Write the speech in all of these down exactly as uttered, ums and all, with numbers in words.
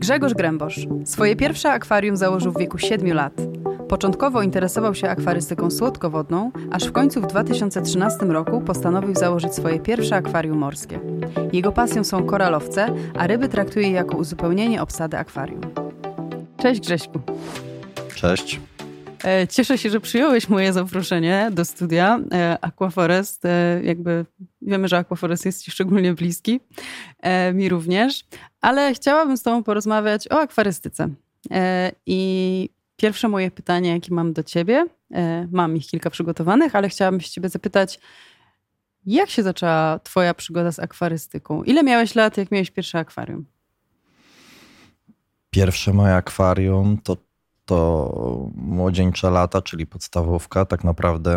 Grzegorz Grębosz swoje pierwsze akwarium założył w wieku siedmiu lat. Początkowo interesował się akwarystyką słodkowodną, aż w końcu w dwa tysiące trzynastym roku postanowił założyć swoje pierwsze akwarium morskie. Jego pasją są koralowce, a ryby traktuje jako uzupełnienie obsady akwarium. Cześć Grześku. Cześć. Cieszę się, że przyjąłeś moje zaproszenie do studia Aquaforest. Jakby wiemy, że Aquaforest jest ci szczególnie bliski, mi również, ale chciałabym z tobą porozmawiać o akwarystyce. I pierwsze moje pytanie, jakie mam do ciebie, mam ich kilka przygotowanych, ale chciałabym się ciebie zapytać, jak się zaczęła twoja przygoda z akwarystyką? Ile miałeś lat, jak miałeś pierwsze akwarium? Pierwsze moje akwarium to to młodzieńcze lata, czyli podstawówka, tak naprawdę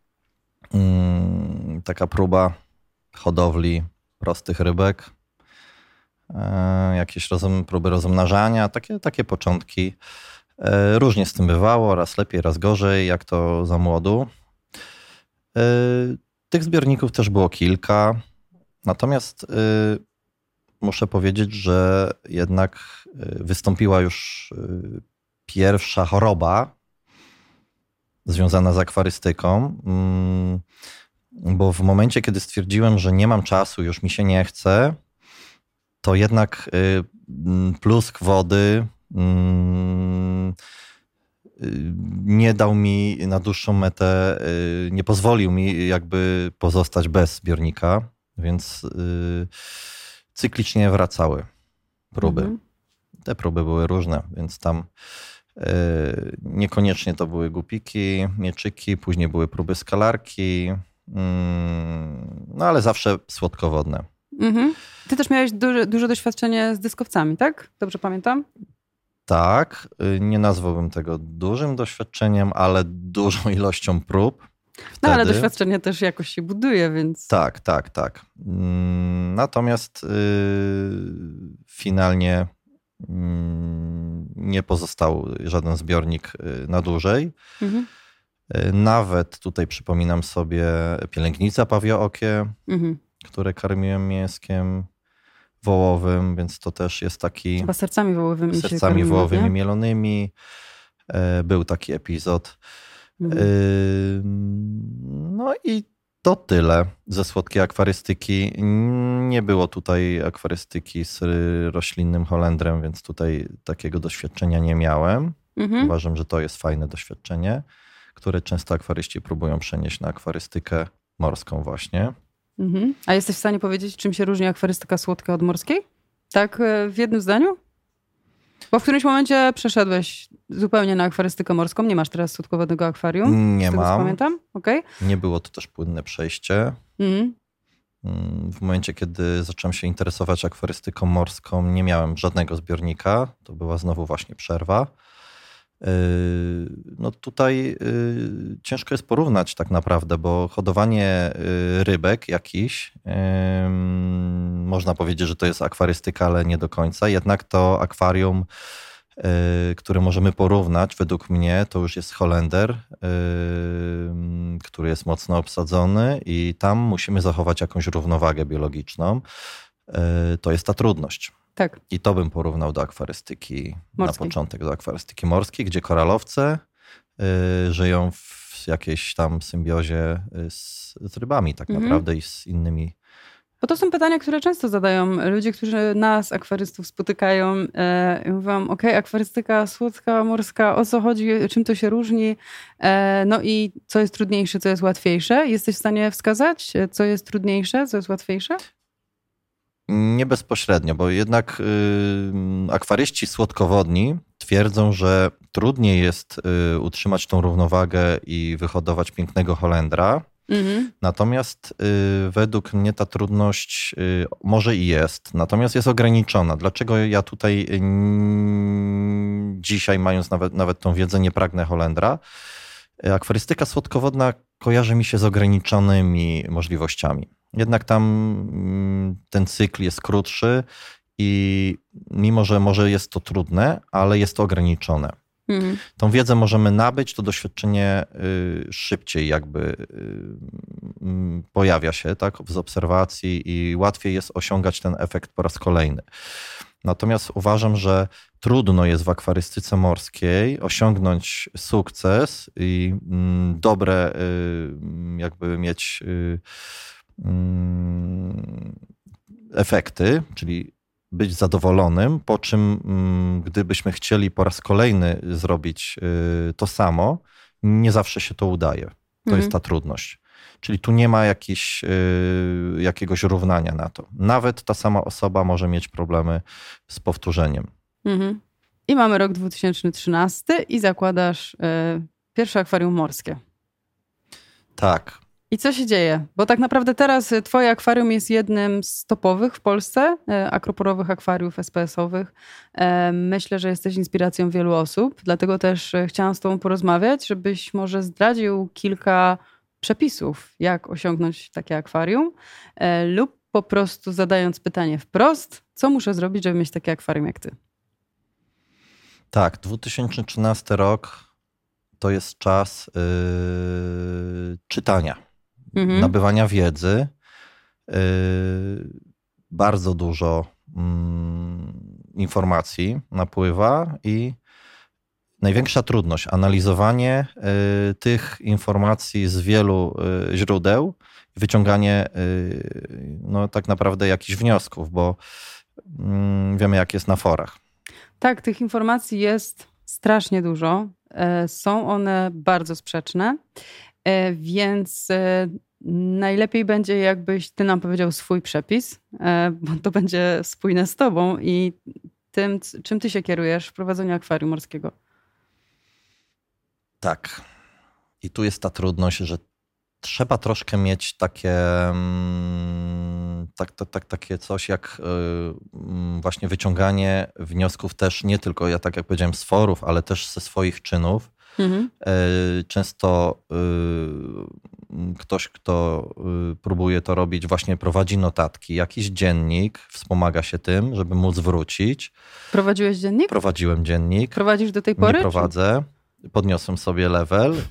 mm, taka próba hodowli prostych rybek, e, jakieś rozum, próby rozmnażania, takie, takie początki. E, różnie z tym bywało, raz lepiej, raz gorzej, jak to za młodu. E, tych zbiorników też było kilka, natomiast e, muszę powiedzieć, że jednak wystąpiła już e, pierwsza choroba związana z akwarystyką, bo w momencie, kiedy stwierdziłem, że nie mam czasu, już mi się nie chce, to jednak plusk wody nie dał mi na dłuższą metę, nie pozwolił mi jakby pozostać bez zbiornika, więc cyklicznie wracały próby. Mhm. Te próby były różne, więc tam niekoniecznie to były gupiki, mieczyki, później były próby skalarki, no ale zawsze słodkowodne. Mhm. Ty też miałeś duże, duże doświadczenie z dyskowcami, tak? Dobrze pamiętam? Tak, nie nazwałbym tego dużym doświadczeniem, ale dużą ilością prób. Wtedy. No ale doświadczenie też jakoś się buduje, więc... Tak, tak, tak. Natomiast yy, finalnie nie pozostał żaden zbiornik na dłużej. Mhm. Nawet tutaj przypominam sobie pielęgnice pawiookie, mhm. które karmiłem mięskiem wołowym, więc to też jest taki... Chyba sercami wołowymi Sercami się karmiło, wołowymi nie? mielonymi. Był taki epizod. Mhm. No i to tyle ze słodkiej akwarystyki. Nie było tutaj akwarystyki z roślinnym holendrem, więc tutaj takiego doświadczenia nie miałem. Mhm. Uważam, że to jest fajne doświadczenie, które często akwaryści próbują przenieść na akwarystykę morską właśnie. Mhm. A jesteś w stanie powiedzieć, czym się różni akwarystyka słodka od morskiej? Tak w jednym zdaniu? Bo w którymś momencie przeszedłeś zupełnie na akwarystykę morską. Nie masz teraz słodkowodnego akwarium? Nie z tego, mam. Co pamiętam? Okay. Nie było to też płynne przejście. Mm. W momencie, kiedy zacząłem się interesować akwarystyką morską, nie miałem żadnego zbiornika. To była znowu właśnie przerwa. No tutaj ciężko jest porównać tak naprawdę, bo hodowanie rybek jakiś, można powiedzieć, że to jest akwarystyka, ale nie do końca. Jednak to akwarium, które możemy porównać, według mnie, to już jest holender, który jest mocno obsadzony i tam musimy zachować jakąś równowagę biologiczną. To jest ta trudność. Tak. I to bym porównał do akwarystyki morskiej. Na początek, do akwarystyki morskiej, gdzie koralowce y, żyją w jakiejś tam symbiozie z, z rybami tak mhm. naprawdę i z innymi. Bo to są pytania, które często zadają ludzie, którzy nas, akwarystów, spotykają e, i mówią, okej, okay, akwarystyka słodka, morska, o co chodzi, czym to się różni, e, no i co jest trudniejsze, co jest łatwiejsze. Jesteś w stanie wskazać, co jest trudniejsze, co jest łatwiejsze? Nie bezpośrednio, bo jednak y, akwaryści słodkowodni twierdzą, że trudniej jest y, utrzymać tą równowagę i wyhodować pięknego holendra. Mhm. Natomiast y, według mnie ta trudność y, może i jest, natomiast jest ograniczona. Dlaczego ja tutaj y, dzisiaj, mając nawet, nawet tą wiedzę, nie pragnę holendra? Akwarystyka słodkowodna kojarzy mi się z ograniczonymi możliwościami. Jednak tam ten cykl jest krótszy i mimo, że może jest to trudne, ale jest to ograniczone. Mhm. Tą wiedzę możemy nabyć, to doświadczenie szybciej jakby pojawia się, tak, z obserwacji i łatwiej jest osiągać ten efekt po raz kolejny. Natomiast uważam, że trudno jest w akwarystyce morskiej osiągnąć sukces i mm, dobre y, jakby mieć y, y, efekty, czyli być zadowolonym, po czym y, gdybyśmy chcieli po raz kolejny zrobić y, to samo, nie zawsze się to udaje. To mhm. jest ta trudność. Czyli tu nie ma jakiś, y, jakiegoś równania na to. Nawet ta sama osoba może mieć problemy z powtórzeniem. Mhm. I mamy rok dwa tysiące trzynasty i zakładasz y, pierwsze akwarium morskie. Tak. I co się dzieje? Bo tak naprawdę teraz twoje akwarium jest jednym z topowych w Polsce, y, akroporowych akwariów es pe esowych. Y, myślę, że jesteś inspiracją wielu osób, dlatego też y, chciałam z tobą porozmawiać, żebyś może zdradził kilka przepisów, jak osiągnąć takie akwarium, e, lub po prostu zadając pytanie wprost, co muszę zrobić, żeby mieć takie akwarium jak ty? Tak, dwa tysiące trzynasty rok to jest czas yy, czytania, mhm. nabywania wiedzy. Yy, bardzo dużo yy, informacji napływa i największa trudność, analizowanie y, tych informacji z wielu y, źródeł, wyciąganie y, no, tak naprawdę jakichś wniosków, bo y, wiemy, jak jest na forach. Tak, tych informacji jest strasznie dużo. E, są one bardzo sprzeczne, e, więc e, najlepiej będzie, jakbyś ty nam powiedział swój przepis, e, bo to będzie spójne z tobą i tym, czym ty się kierujesz w prowadzeniu akwarium morskiego. Tak. I tu jest ta trudność, że trzeba troszkę mieć takie, tak, tak, tak, takie coś jak właśnie wyciąganie wniosków też nie tylko, ja tak jak powiedziałem, z forów, ale też ze swoich czynów. Mhm. Często ktoś, kto próbuje to robić, właśnie prowadzi notatki, jakiś dziennik, wspomaga się tym, żeby móc wrócić. Prowadziłeś dziennik? Prowadziłem dziennik. Prowadzisz do tej pory? Nie prowadzę. Podniosłem sobie level, yy,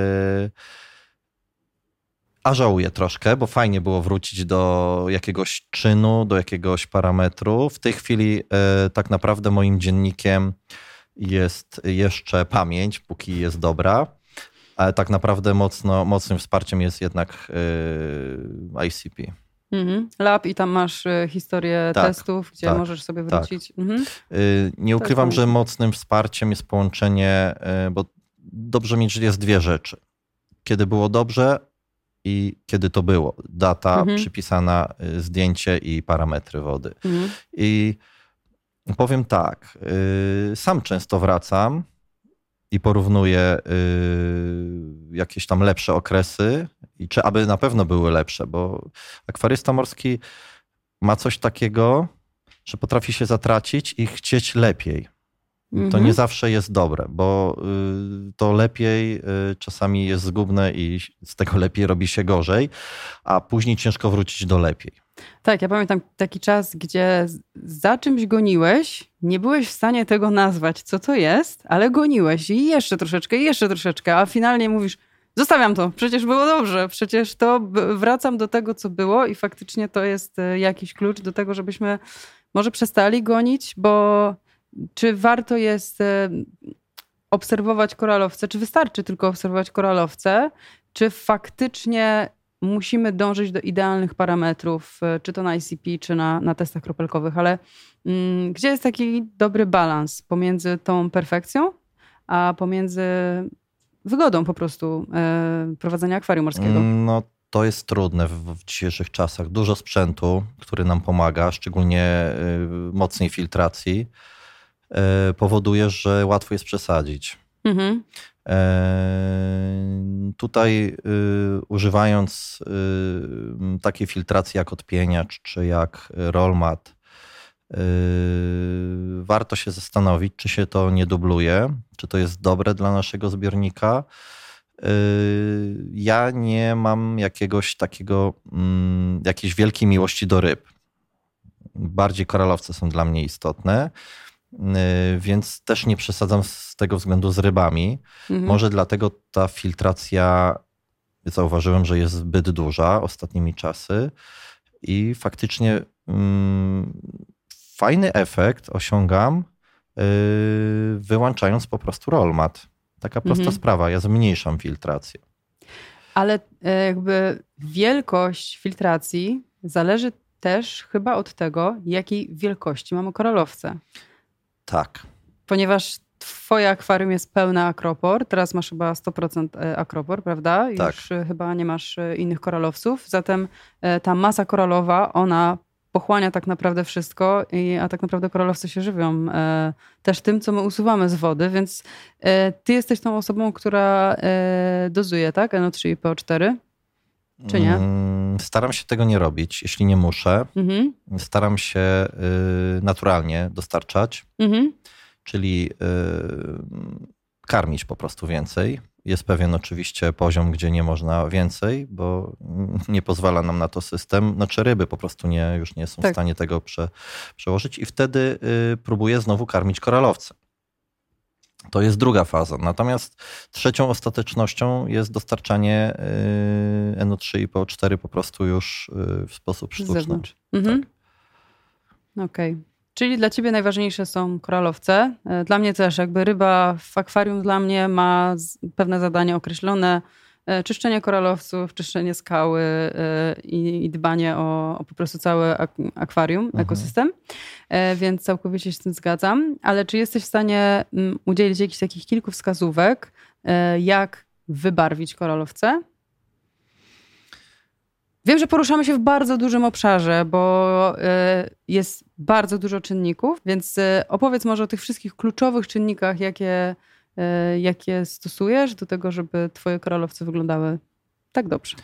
a żałuję troszkę, bo fajnie było wrócić do jakiegoś czynu, do jakiegoś parametru. W tej chwili yy, tak naprawdę moim dziennikiem jest jeszcze pamięć, póki jest dobra, ale tak naprawdę mocno, mocnym wsparciem jest jednak yy, I C P. Mhm. Lab i tam masz historię tak, testów, gdzie tak, możesz sobie wrócić. Tak. Mhm. Nie ukrywam, że mocnym wsparciem jest połączenie, bo dobrze mieć jest dwie rzeczy. Kiedy było dobrze i kiedy to było. Data mhm. przypisana, zdjęcie i parametry wody. Mhm. I powiem tak, sam często wracam i porównuję jakieś tam lepsze okresy i czy aby na pewno były lepsze, bo akwarysta morski ma coś takiego, że potrafi się zatracić i chcieć lepiej. Mhm. To nie zawsze jest dobre, bo to lepiej czasami jest zgubne i z tego lepiej robi się gorzej, a później ciężko wrócić do lepiej. Tak, ja pamiętam taki czas, gdzie za czymś goniłeś, nie byłeś w stanie tego nazwać, co to jest, ale goniłeś i jeszcze troszeczkę, i jeszcze troszeczkę, a finalnie mówisz, zostawiam to, przecież było dobrze, przecież to wracam do tego, co było i faktycznie to jest jakiś klucz do tego, żebyśmy może przestali gonić, bo czy warto jest obserwować koralowce, czy wystarczy tylko obserwować koralowce, czy faktycznie musimy dążyć do idealnych parametrów, czy to na I C P, czy na, na testach kropelkowych, ale mm, gdzie jest taki dobry balans pomiędzy tą perfekcją, a pomiędzy wygodą po prostu e, prowadzenia akwarium morskiego? No to jest trudne w, w dzisiejszych czasach. Dużo sprzętu, który nam pomaga, szczególnie y, mocnej filtracji, y, powoduje, że łatwo jest przesadzić. Mhm. E, tutaj y, używając y, takiej filtracji jak odpieniacz czy jak rollmat, y, warto się zastanowić, czy się to nie dubluje, czy to jest dobre dla naszego zbiornika. Y, ja nie mam jakiegoś takiego, mm, jakiejś wielkiej miłości do ryb. Bardziej koralowce są dla mnie istotne. Więc też nie przesadzam z tego względu z rybami. Mhm. Może dlatego ta filtracja, zauważyłem, że jest zbyt duża ostatnimi czasy i faktycznie, fajny efekt osiągam yy, wyłączając po prostu rollmat. Taka prosta Mhm. sprawa, ja zmniejszam filtrację. Ale e, jakby wielkość filtracji zależy też chyba od tego, jakiej wielkości mamy koralowce. Tak. Ponieważ twoje akwarium jest pełne akropor, teraz masz chyba sto procent akropor, prawda? Tak. Już chyba nie masz innych koralowców, zatem ta masa koralowa, ona pochłania tak naprawdę wszystko, i, a tak naprawdę koralowce się żywią e, też tym, co my usuwamy z wody, więc e, ty jesteś tą osobą, która e, dozuje, tak? N O trzy i P O cztery? Czy nie? Mm, Staram się tego nie robić, jeśli nie muszę. Mhm. Staram się y, naturalnie dostarczać, Mhm. czyli y, karmić po prostu więcej. Jest pewien oczywiście poziom, gdzie nie można więcej, bo nie pozwala nam na to system. Znaczy ryby po prostu nie, już nie są Tak. w stanie tego prze, przełożyć i wtedy y, próbuję znowu karmić koralowce. To jest druga faza. Natomiast trzecią ostatecznością jest dostarczanie y, N O trzy i P O cztery po prostu już y, w sposób Z sztuczny. zewnątrz. Mhm. Tak. Okej. Czyli dla ciebie najważniejsze są koralowce. E, Dla mnie też jakby ryba w akwarium dla mnie ma z- pewne zadania określone. E, Czyszczenie koralowców, czyszczenie skały e, i, i dbanie o, o po prostu cały ak- akwarium, Mhm. ekosystem. E, Więc całkowicie się z tym zgadzam. Ale czy jesteś w stanie mm, udzielić jakichś takich kilku wskazówek, e, jak wybarwić koralowce? Wiem, że poruszamy się w bardzo dużym obszarze, bo y, jest bardzo dużo czynników, więc y, opowiedz może o tych wszystkich kluczowych czynnikach, jakie, y, jakie stosujesz do tego, żeby twoje koralowce wyglądały tak dobrze.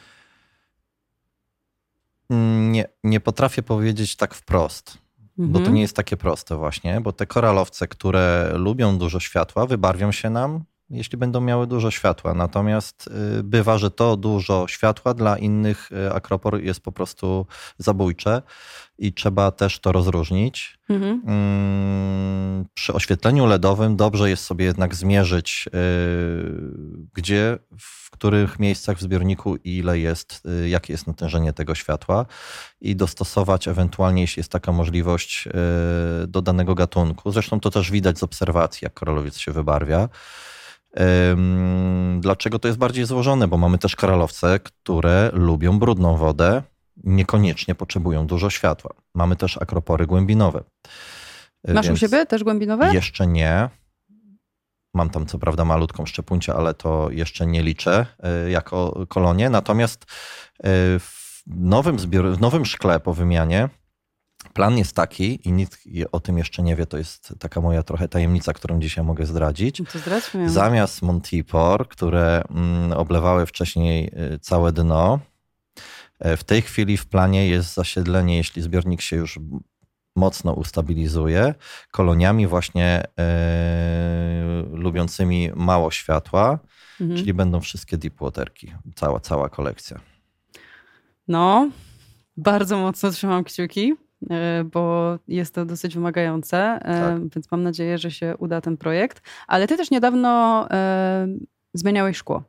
Nie, nie potrafię powiedzieć tak wprost, Mhm. bo to nie jest takie proste właśnie, bo te koralowce, które lubią dużo światła, wybarwią się nam, jeśli będą miały dużo światła. Natomiast y, bywa, że to dużo światła dla innych y, akropor jest po prostu zabójcze i trzeba też to rozróżnić. Mhm. Mm, Przy oświetleniu LEDowym dobrze jest sobie jednak zmierzyć, y, gdzie, w których miejscach w zbiorniku ile jest, y, jakie jest natężenie tego światła i dostosować ewentualnie, jeśli jest taka możliwość, y, do danego gatunku. Zresztą to też widać z obserwacji, jak koralowiec się wybarwia. Ym, Dlaczego to jest bardziej złożone? Bo mamy też koralowce, które lubią brudną wodę, niekoniecznie potrzebują dużo światła. Mamy też akropory głębinowe. Masz Więc u siebie też głębinowe? Jeszcze nie. Mam tam co prawda malutką szczepuncię, ale to jeszcze nie liczę y, jako kolonię. Natomiast y, w nowym, zbior, w nowym szkle po wymianie plan jest taki i nikt o tym jeszcze nie wie, to jest taka moja trochę tajemnica, którą dzisiaj mogę zdradzić. No to zdradźmy ją. Zamiast Montipor, które mm, oblewały wcześniej y, całe dno, y, w tej chwili w planie jest zasiedlenie, jeśli zbiornik się już mocno ustabilizuje, koloniami właśnie y, lubiącymi mało światła, Mhm. czyli będą wszystkie deepwaterki, cała, cała kolekcja. No, bardzo mocno trzymam kciuki, y, bo jest to dosyć wymagające, y, Tak. więc mam nadzieję, że się uda ten projekt. Ale ty też niedawno y, zmieniałeś szkło,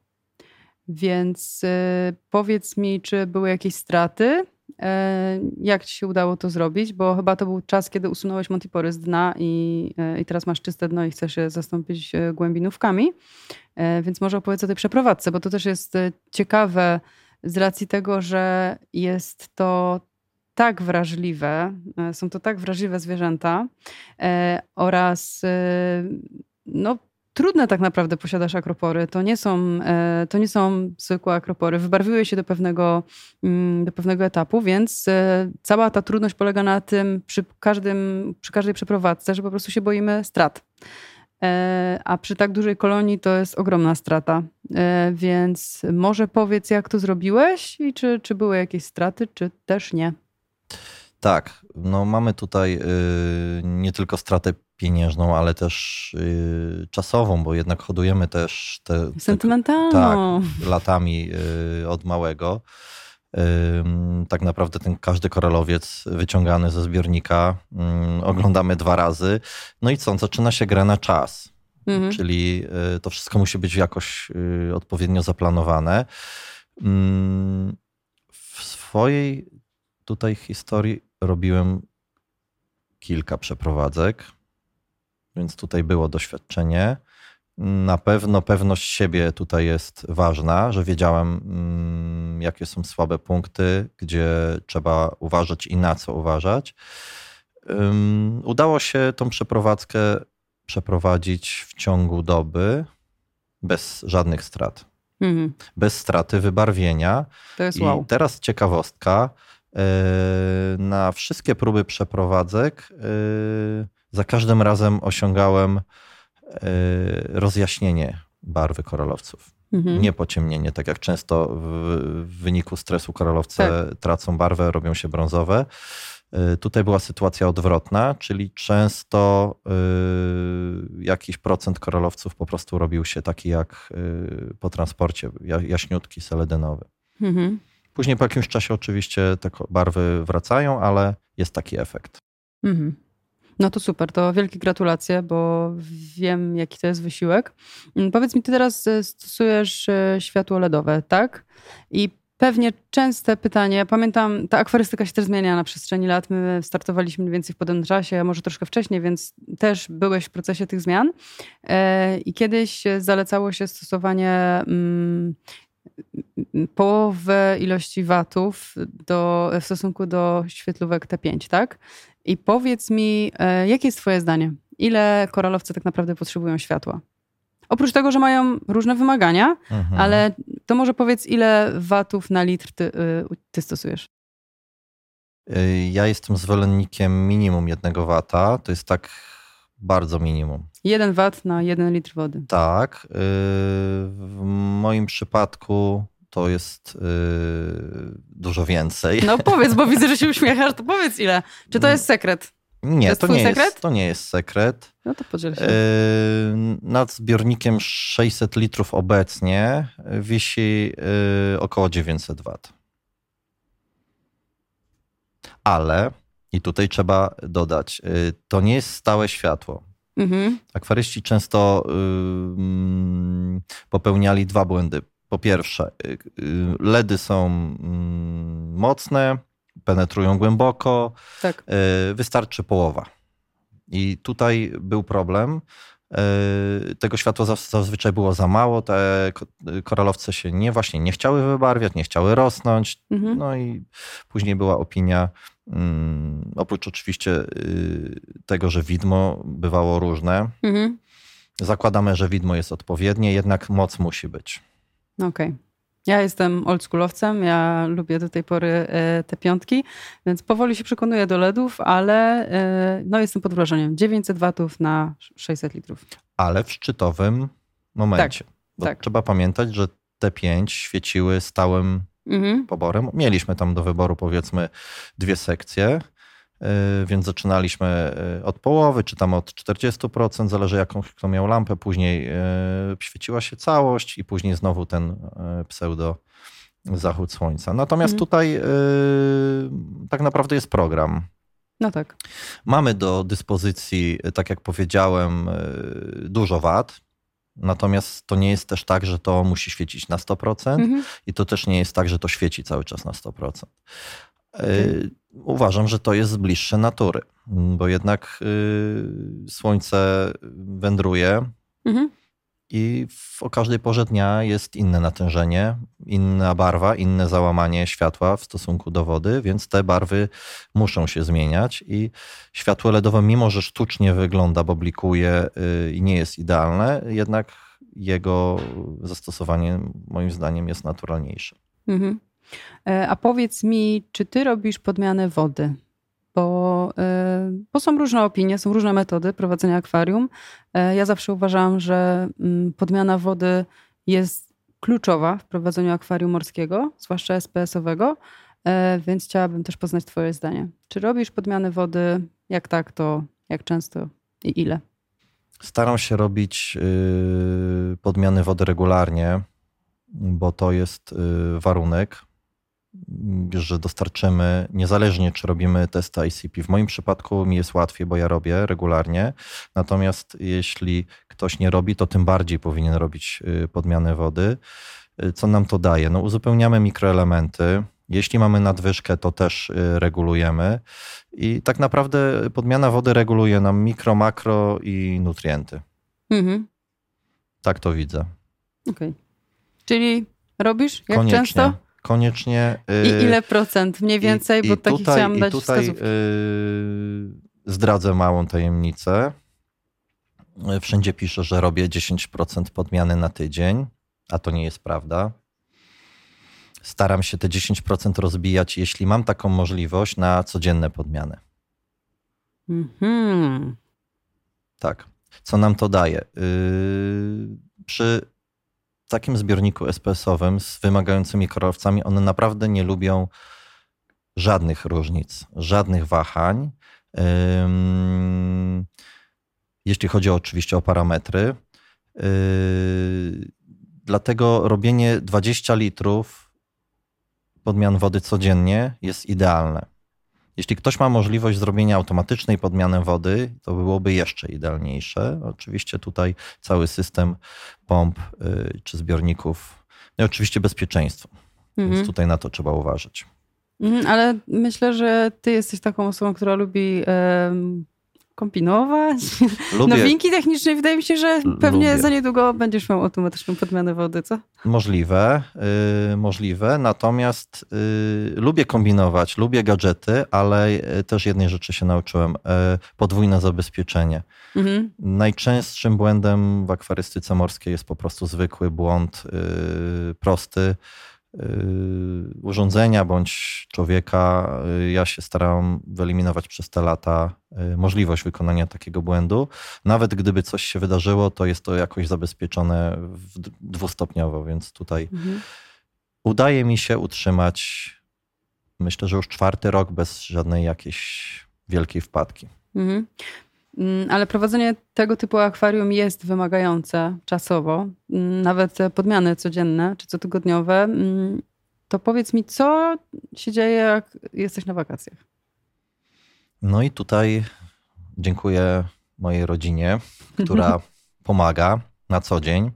więc y, powiedz mi, czy były jakieś straty? Y, Jak ci się udało to zrobić? Bo chyba to był czas, kiedy usunąłeś Montipory z dna i, y, i teraz masz czyste dno i chcesz je zastąpić y, głębinówkami. Y, Więc może opowiedz o tej przeprowadzce, bo to też jest y, ciekawe z racji tego, że jest to tak wrażliwe, e, są to tak wrażliwe zwierzęta e, oraz e, no, trudne tak naprawdę posiadasz akropory. To nie są, e, to nie są zwykłe akropory. Wybarwiły się do pewnego, mm, do pewnego etapu, więc e, cała ta trudność polega na tym przy, każdym, przy każdej przeprowadzce, że po prostu się boimy strat. E, A przy tak dużej kolonii to jest ogromna strata. E, Więc może powiedz, jak to zrobiłeś i czy, czy były jakieś straty, czy też nie. Tak, no mamy tutaj y, nie tylko stratę pieniężną, ale też y, czasową, bo jednak hodujemy też te, te Sentymentalną. tak, latami y, od małego. Y, tak naprawdę ten każdy koralowiec wyciągany ze zbiornika y, oglądamy dwa razy. No i co? Zaczyna się gra na czas. Mhm. Czyli y, to wszystko musi być jakoś y, odpowiednio zaplanowane. Y, w swojej tutaj historii robiłem kilka przeprowadzek, więc tutaj było doświadczenie. Na pewno pewność siebie tutaj jest ważna, że wiedziałem, jakie są słabe punkty, gdzie trzeba uważać i na co uważać. Udało się tą przeprowadzkę przeprowadzić w ciągu doby bez żadnych strat. Mhm. Bez straty wybarwienia. To jest I wow. teraz ciekawostka. Na wszystkie próby przeprowadzek za każdym razem osiągałem rozjaśnienie barwy koralowców. Mhm. Nie pociemnienie, tak jak często w, w wyniku stresu koralowce tak. tracą barwę, robią się brązowe. Tutaj była sytuacja odwrotna, czyli często y, jakiś procent koralowców po prostu robił się taki jak y, po transporcie, jaśniutki, seledynowy. Mhm. Później po jakimś czasie oczywiście te barwy wracają, ale jest taki efekt. Mhm. No to super, to wielkie gratulacje, bo wiem, jaki to jest wysiłek. Powiedz mi, ty teraz stosujesz światło LEDowe, tak? I pewnie częste pytanie, pamiętam, ta akwarystyka się też zmienia na przestrzeni lat. My startowaliśmy mniej więcej w podobnym czasie, może troszkę wcześniej, więc też byłeś w procesie tych zmian. I kiedyś zalecało się stosowanie połowę ilości watów do, w stosunku do świetlówek T pięć, tak? I powiedz mi, jakie jest twoje zdanie? Ile koralowce tak naprawdę potrzebują światła? Oprócz tego, że mają różne wymagania, mhm. ale to może powiedz, ile watów na litr ty, ty stosujesz? Ja jestem zwolennikiem minimum jednego wata. To jest tak bardzo minimum. Jeden wat na jeden litr wody. Tak. W moim przypadku to jest dużo więcej. No powiedz, bo widzę, że się uśmiechasz, to powiedz ile. Czy to jest sekret? Nie, to, jest to, twój nie, sekret? Jest, to nie jest sekret. No to podziel się. Nad zbiornikiem sześćset litrów obecnie wisi około dziewięćset watów. Ale, i tutaj trzeba dodać, to nie jest stałe światło. Mhm. Akwaryści często popełniali dwa błędy. Po pierwsze, LEDy są mocne, penetrują głęboko, tak. Wystarczy połowa. I tutaj był problem. Tego światła zazwyczaj było za mało, te koralowce się nie właśnie nie chciały wybarwiać, nie chciały rosnąć. Mhm. No i później była opinia, um, oprócz oczywiście y, tego, że widmo bywało różne. Mhm. Zakładamy, że widmo jest odpowiednie, jednak moc musi być. Okej. Okay. Ja jestem oldschoolowcem, ja lubię do tej pory te piątki, więc powoli się przekonuję do LEDów, ale no jestem pod wrażeniem. dziewięćset watów na sześćset litrów. Ale w szczytowym momencie. Tak, bo tak. Trzeba pamiętać, że T pięć świeciły stałym mhm. poborem. Mieliśmy tam do wyboru powiedzmy dwie sekcje, więc zaczynaliśmy od połowy, czy tam od czterdzieści procent, zależy jaką kto miał lampę. Później świeciła się całość i później znowu ten pseudo zachód słońca. Natomiast mhm. tutaj tak naprawdę jest program. No tak. Mamy do dyspozycji, tak jak powiedziałem, dużo wat. Natomiast to nie jest też tak, że to musi świecić na sto procent mhm. i to też nie jest tak, że to świeci cały czas na sto procent. Okay. Uważam, że to jest bliższe natury, bo jednak y, słońce wędruje mhm. i w, o każdej porze dnia jest inne natężenie, inna barwa, inne załamanie światła w stosunku do wody, więc te barwy muszą się zmieniać i światło LEDowe, mimo że sztucznie wygląda, bo blikuje y, i nie jest idealne, jednak jego zastosowanie moim zdaniem jest naturalniejsze. Mhm. A powiedz mi, czy ty robisz podmianę wody? Bo, bo są różne opinie, są różne metody prowadzenia akwarium. Ja zawsze uważam, że podmiana wody jest kluczowa w prowadzeniu akwarium morskiego, zwłaszcza es pe esowego, więc chciałabym też poznać twoje zdanie. Czy robisz podmianę wody? Jak tak, to jak często i ile? Staram się robić podmiany wody regularnie, bo to jest warunek, że dostarczymy, niezależnie czy robimy testy I C P. W moim przypadku mi jest łatwiej, bo ja robię regularnie. Natomiast jeśli ktoś nie robi, to tym bardziej powinien robić podmianę wody. Co nam to daje? No, uzupełniamy mikroelementy. Jeśli mamy nadwyżkę, to też regulujemy i tak naprawdę podmiana wody reguluje nam mikro, makro i nutrienty. Mhm. Tak to widzę. Okej. Okay. Czyli robisz? Jak Koniecznie. Często? Koniecznie. I ile procent mniej więcej? I, bo i taki tutaj, chciałam dać i tutaj wskazówki. Yy, zdradzę małą tajemnicę. Wszędzie piszę, że robię dziesięć procent podmiany na tydzień, a to nie jest prawda. Staram się te dziesięć procent rozbijać, jeśli mam taką możliwość, na codzienne podmiany. Mhm. Tak. Co nam to daje? Yy, przy takim zbiorniku es pe esowym z wymagającymi koralowcami, one naprawdę nie lubią żadnych różnic, żadnych wahań. Yy, jeśli chodzi oczywiście o parametry. Yy, dlatego robienie dwadzieścia litrów podmian wody codziennie jest idealne. Jeśli ktoś ma możliwość zrobienia automatycznej podmiany wody, to byłoby jeszcze idealniejsze. Oczywiście tutaj cały system pomp yy, czy zbiorników, no i oczywiście bezpieczeństwo, mhm. więc tutaj na to trzeba uważać. Mhm, ale myślę, że ty jesteś taką osobą, która lubi yy, kombinować. Lubię. Nowinki techniczne, wydaje mi się, że pewnie lubię. Za niedługo będziesz miał automatyczną podmianę wody, co? Możliwe, yy, możliwe. Natomiast yy, lubię kombinować, lubię gadżety, ale też jednej rzeczy się nauczyłem. Yy, podwójne zabezpieczenie. Mhm. Najczęstszym błędem w akwarystyce morskiej jest po prostu zwykły błąd yy, prosty. Urządzenia bądź człowieka. Ja się staram wyeliminować przez te lata możliwość wykonania takiego błędu. Nawet gdyby coś się wydarzyło, to jest to jakoś zabezpieczone dwustopniowo, więc tutaj mhm. udaje mi się utrzymać, myślę, że już czwarty rok bez żadnej jakiejś wielkiej wpadki. Mhm. Ale prowadzenie tego typu akwarium jest wymagające czasowo, nawet podmiany codzienne czy cotygodniowe. To powiedz mi, co się dzieje, jak jesteś na wakacjach? No i tutaj dziękuję mojej rodzinie, która pomaga na co dzień.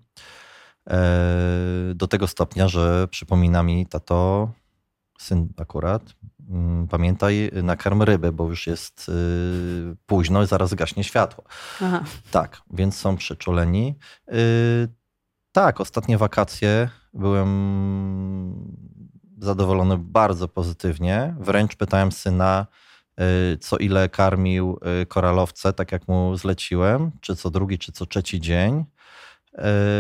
Do tego stopnia, że przypomina mi: tato, syn akurat, pamiętaj, nakarm ryby, bo już jest yy, późno i zaraz gaśnie światło. Aha. Tak, więc są przyczuleni. Yy, tak, ostatnie wakacje byłem zadowolony bardzo pozytywnie. Wręcz pytałem syna, yy, co ile karmił yy, koralowce, tak jak mu zleciłem, czy co drugi, czy co trzeci dzień. Yy,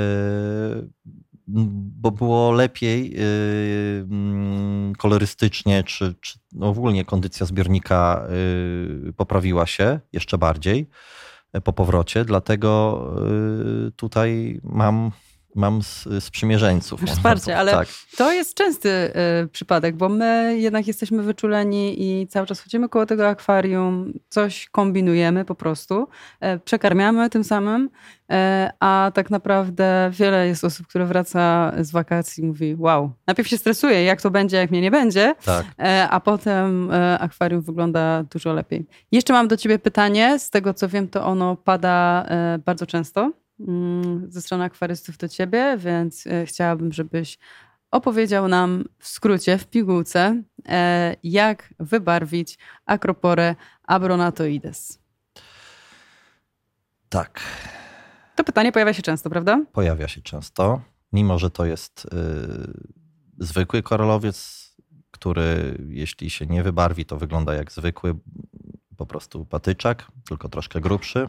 bo było lepiej yy, kolorystycznie, czy, czy no ogólnie kondycja zbiornika yy, poprawiła się jeszcze bardziej po powrocie, dlatego yy, tutaj mam, mam sprzymierzeńców. Wsparcie, ale tak. To jest częsty y, przypadek, bo my jednak jesteśmy wyczuleni i cały czas chodzimy koło tego akwarium, coś kombinujemy po prostu, y, przekarmiamy tym samym, y, a tak naprawdę wiele jest osób, które wraca z wakacji i mówi: wow, najpierw się stresuje, jak to będzie, jak mnie nie będzie, tak. y, a potem y, akwarium wygląda dużo lepiej. Jeszcze mam do ciebie pytanie, z tego co wiem, to ono pada y, bardzo często ze strony akwarystów do ciebie, więc chciałabym, żebyś opowiedział nam w skrócie, w pigułce, jak wybarwić Acroporę abronatoides. Tak. To pytanie pojawia się często, prawda? Pojawia się często, mimo że to jest yy, zwykły koralowiec, który jeśli się nie wybarwi, to wygląda jak zwykły po prostu patyczak, tylko troszkę grubszy.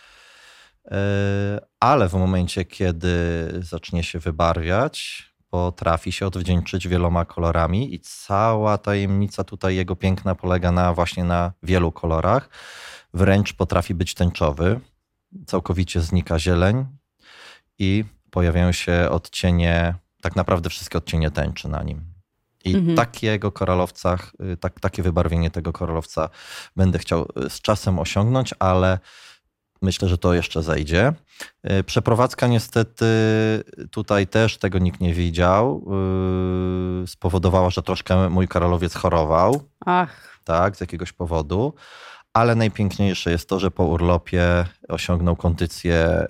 Ale w momencie, kiedy zacznie się wybarwiać, potrafi się odwdzięczyć wieloma kolorami i cała tajemnica tutaj jego piękna polega na właśnie na wielu kolorach. Wręcz potrafi być tęczowy, całkowicie znika zieleń i pojawiają się odcienie, tak naprawdę wszystkie odcienie tęczy na nim. I mhm. takiego koralowca, tak, takie wybarwienie tego koralowca będę chciał z czasem osiągnąć, ale myślę, że to jeszcze zejdzie. Przeprowadzka niestety tutaj też tego nikt nie widział. Spowodowała, że troszkę mój koralowiec chorował. Ach. Tak, z jakiegoś powodu. Ale najpiękniejsze jest to, że po urlopie osiągnął kondycję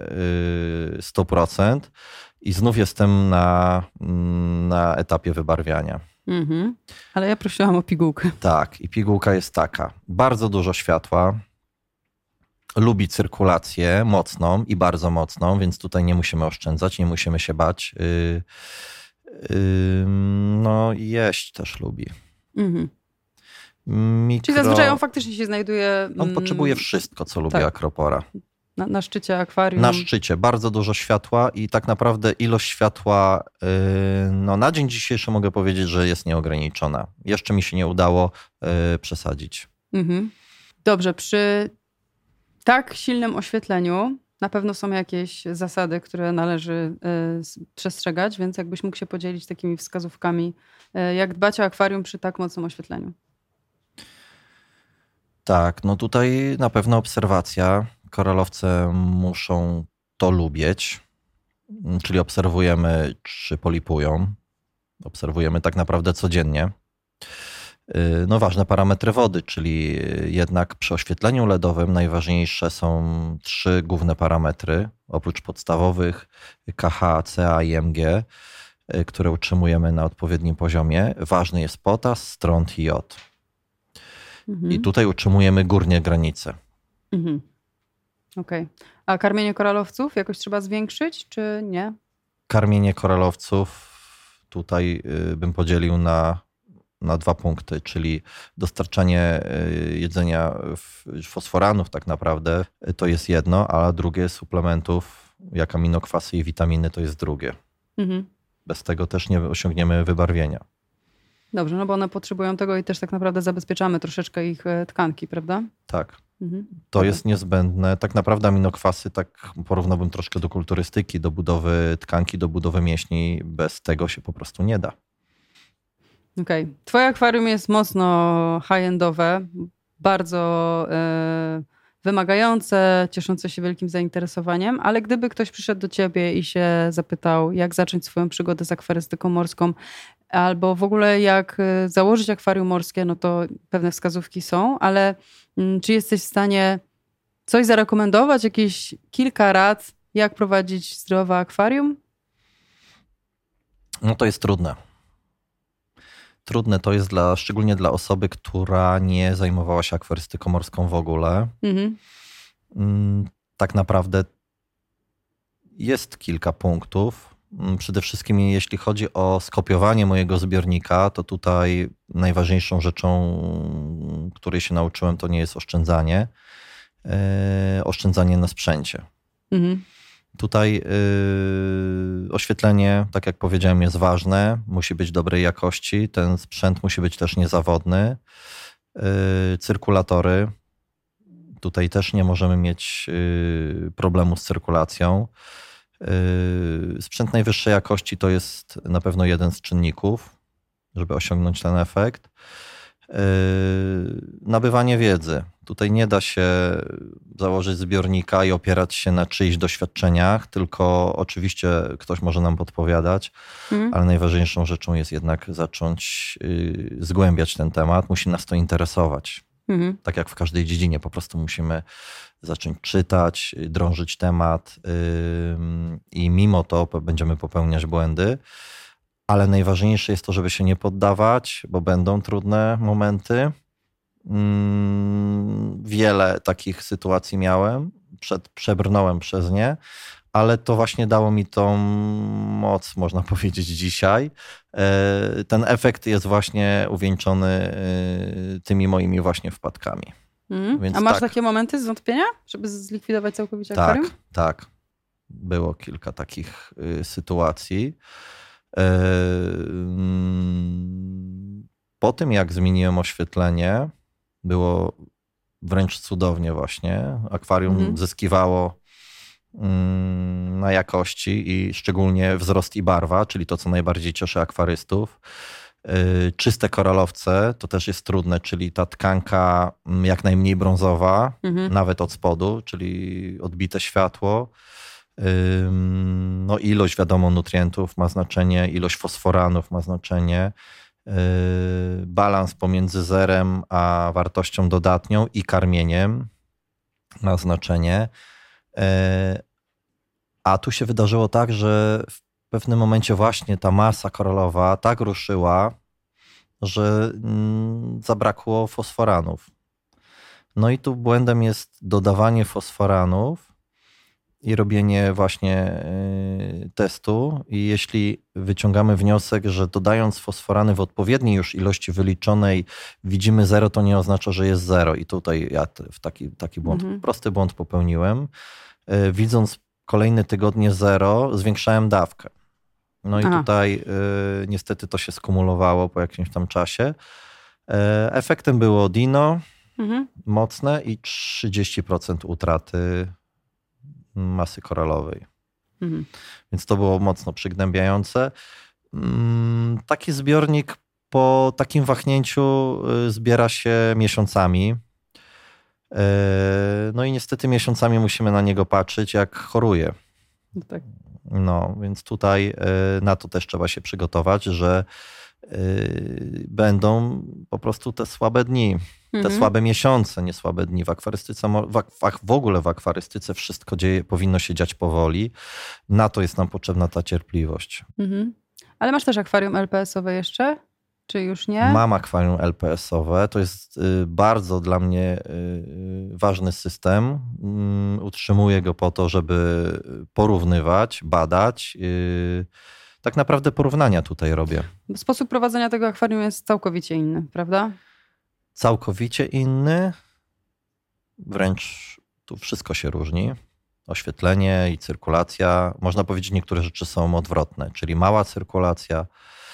sto procent i znów jestem na, na etapie wybarwiania. Mhm. Ale ja prosiłam o pigułkę. Tak, i pigułka jest taka. Bardzo dużo światła, lubi cyrkulację mocną i bardzo mocną, więc tutaj nie musimy oszczędzać, nie musimy się bać. Yy, yy, no i jeść też lubi. Mhm. Mikro... Czyli zazwyczaj on faktycznie się znajduje... On potrzebuje wszystko, co lubi tak. akropora. Na, na szczycie akwarium. Na szczycie, bardzo dużo światła i tak naprawdę ilość światła yy, no na dzień dzisiejszy mogę powiedzieć, że jest nieograniczona. Jeszcze mi się nie udało yy, przesadzić. Mhm. Dobrze, przy tak silnym oświetleniu na pewno są jakieś zasady, które należy yy, przestrzegać, więc jakbyś mógł się podzielić takimi wskazówkami, yy, jak dbać o akwarium przy tak mocnym oświetleniu. Tak, no tutaj na pewno obserwacja. Koralowce muszą to lubić, czyli obserwujemy, czy polipują. Obserwujemy tak naprawdę codziennie. No ważne parametry wody, czyli jednak przy oświetleniu LEDowym najważniejsze są trzy główne parametry, oprócz podstawowych K H, C A i M G, które utrzymujemy na odpowiednim poziomie. Ważny jest potas, stront i jod. Mhm. I tutaj utrzymujemy górnie granice. Mhm. Okej. Okay. A karmienie koralowców jakoś trzeba zwiększyć, czy nie? Karmienie koralowców tutaj bym podzielił na, na dwa punkty, czyli dostarczanie jedzenia fosforanów tak naprawdę to jest jedno, a drugie suplementów jak aminokwasy i witaminy to jest drugie. Mhm. Bez tego też nie osiągniemy wybarwienia. Dobrze, no bo one potrzebują tego i też tak naprawdę zabezpieczamy troszeczkę ich tkanki, prawda? Tak. Mhm. To Dobra. jest niezbędne. Tak naprawdę aminokwasy, tak porównałbym troszkę do kulturystyki, do budowy tkanki, do budowy mięśni. Bez tego się po prostu nie da. Okej. Okay. Twoje akwarium jest mocno high-endowe, bardzo yy, wymagające, cieszące się wielkim zainteresowaniem, ale gdyby ktoś przyszedł do ciebie i się zapytał, jak zacząć swoją przygodę z akwarystyką morską, albo w ogóle jak założyć akwarium morskie, no to pewne wskazówki są, ale czy jesteś w stanie coś zarekomendować, jakieś kilka rad, jak prowadzić zdrowe akwarium? No to jest trudne. Trudne to jest dla, szczególnie dla osoby, która nie zajmowała się akwarystyką morską w ogóle. Mhm. Tak naprawdę jest kilka punktów. Przede wszystkim jeśli chodzi o skopiowanie mojego zbiornika, to tutaj najważniejszą rzeczą, której się nauczyłem, to nie jest oszczędzanie. Yy, oszczędzanie na sprzęcie. Mhm. Tutaj yy, oświetlenie, tak jak powiedziałem, jest ważne. Musi być dobrej jakości. Ten sprzęt musi być też niezawodny. Yy, cyrkulatory. Tutaj też nie możemy mieć yy, problemu z cyrkulacją. Sprzęt najwyższej jakości to jest na pewno jeden z czynników, żeby osiągnąć ten efekt. Nabywanie wiedzy. Tutaj nie da się założyć zbiornika i opierać się na czyichś doświadczeniach, tylko oczywiście ktoś może nam podpowiadać, mm. ale najważniejszą rzeczą jest jednak zacząć zgłębiać ten temat. Musi nas to interesować. Mm. Tak jak w każdej dziedzinie, po prostu musimy zacząć czytać, drążyć temat yy, i mimo to będziemy popełniać błędy, ale najważniejsze jest to, żeby się nie poddawać, bo będą trudne momenty. Yy, wiele takich sytuacji miałem, przed, przebrnąłem przez nie, ale to właśnie dało mi tą moc, można powiedzieć, dzisiaj. Yy, ten efekt jest właśnie uwieńczony yy, tymi moimi właśnie wpadkami. Mm. Więc A masz tak. takie momenty zwątpienia, żeby zlikwidować całkowicie tak, akwarium? Tak, było kilka takich y, sytuacji. Y, po tym, jak zmieniłem oświetlenie, było wręcz cudownie właśnie. Akwarium mm. zyskiwało y, na jakości i szczególnie wzrost i barwa, czyli to, co najbardziej cieszy akwarystów. Czyste koralowce, to też jest trudne, czyli ta tkanka jak najmniej brązowa, mhm. nawet od spodu, czyli odbite światło. No ilość, wiadomo, nutrientów ma znaczenie, ilość fosforanów ma znaczenie. Balans pomiędzy zerem a wartością dodatnią i karmieniem ma znaczenie. A tu się wydarzyło tak, że w pewnym momencie właśnie ta masa koralowa tak ruszyła, że zabrakło fosforanów. No i tu błędem jest dodawanie fosforanów i robienie właśnie testu. I jeśli wyciągamy wniosek, że dodając fosforany w odpowiedniej już ilości wyliczonej widzimy zero, to nie oznacza, że jest zero. I tutaj ja w taki, taki błąd, mhm. prosty błąd popełniłem. Widząc kolejne tygodnie zero, zwiększałem dawkę. No i Aha. tutaj y, niestety to się skumulowało po jakimś tam czasie. E, efektem było dino mhm. mocne i trzydzieści procent utraty masy koralowej. Mhm. Więc to było mocno przygnębiające. Mm, taki zbiornik po takim wahnięciu zbiera się miesiącami. E, no i niestety miesiącami musimy na niego patrzeć, jak choruje. No tak. No, więc tutaj na to też trzeba się przygotować, że będą po prostu te słabe dni, mhm. te słabe miesiące, nie słabe dni. W akwarystyce, w ogóle w akwarystyce wszystko dzieje, powinno się dziać powoli. Na to jest nam potrzebna ta cierpliwość. Mhm. Ale masz też akwarium el pe esowe jeszcze? Czy już nie? Mam akwarium el pe esowe. To jest bardzo dla mnie ważny system. Utrzymuję go po to, żeby porównywać, badać. Tak naprawdę porównania tutaj robię. Sposób prowadzenia tego akwarium jest całkowicie inny, prawda? Całkowicie inny. Wręcz tu wszystko się różni. Oświetlenie i cyrkulacja. Można powiedzieć, że niektóre rzeczy są odwrotne, czyli mała cyrkulacja,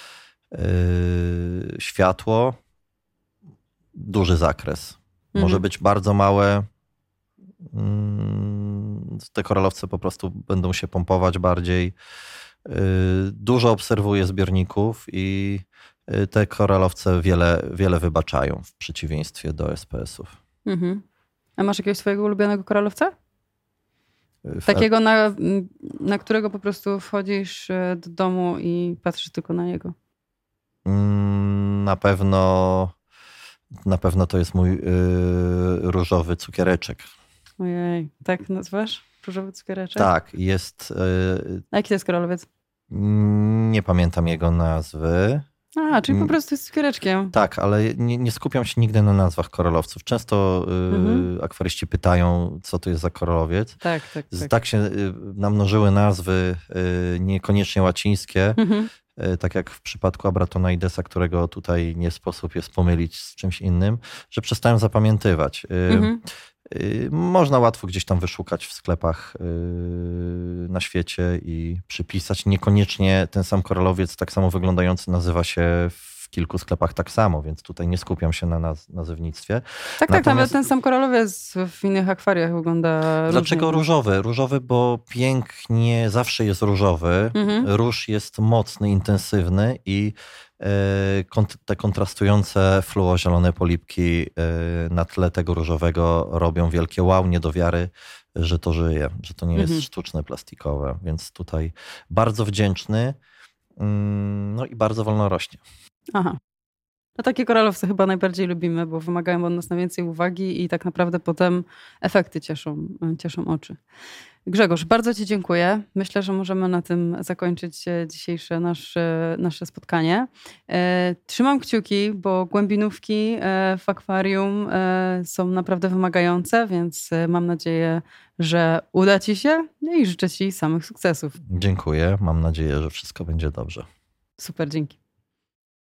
Yy, światło, duży zakres. Mhm. Może być bardzo małe. Yy, te koralowce po prostu będą się pompować bardziej. Yy, dużo obserwuję zbiorników i yy, te koralowce wiele, wiele wybaczają w przeciwieństwie do es pe esów. Mhm. A masz jakiegoś swojego ulubionego koralowca? W... Takiego, na, na którego po prostu wchodzisz do domu i patrzysz tylko na niego? Na pewno, na pewno to jest mój yy, różowy cukiereczek. Ojej, tak nazywasz? Różowy cukiereczek? Tak, jest... Yy, A jaki to jest koralowiec? Nie pamiętam jego nazwy. A, czyli po prostu jest cukiereczkiem. Tak, ale nie, nie skupiam się nigdy na nazwach koralowców. Często yy, mhm. akwaryści pytają, co to jest za koralowiec. Tak, tak, tak. Tak się yy, namnożyły nazwy, yy, niekoniecznie łacińskie. Mhm. Tak jak w przypadku Abratonaidesa, którego tutaj nie sposób jest pomylić z czymś innym, że przestałem zapamiętywać. Mhm. Można łatwo gdzieś tam wyszukać w sklepach na świecie i przypisać. Niekoniecznie ten sam koralowiec tak samo wyglądający nazywa się w kilku sklepach tak samo, więc tutaj nie skupiam się na naz- nazewnictwie. Tak, Natomiast... tak, nawet ten sam koralowiec w innych akwariach wygląda różnie. Dlaczego różowy? Różowy, bo pięknie zawsze jest różowy. Mhm. Róż jest mocny, intensywny i te kontrastujące fluozielone polipki na tle tego różowego robią wielkie wow, nie do wiary, że to żyje, że to nie jest mhm. sztuczne, plastikowe. Więc tutaj bardzo wdzięczny, no i bardzo wolno rośnie. Aha. No takie koralowce chyba najbardziej lubimy, bo wymagają od nas najwięcej uwagi i tak naprawdę potem efekty cieszą, cieszą oczy. Grzegorz, bardzo Ci dziękuję. Myślę, że możemy na tym zakończyć dzisiejsze nasze, nasze spotkanie. Trzymam kciuki, bo głębinówki w akwarium są naprawdę wymagające, więc mam nadzieję, że uda Ci się i życzę Ci samych sukcesów. Dziękuję. Mam nadzieję, że wszystko będzie dobrze. Super, dzięki.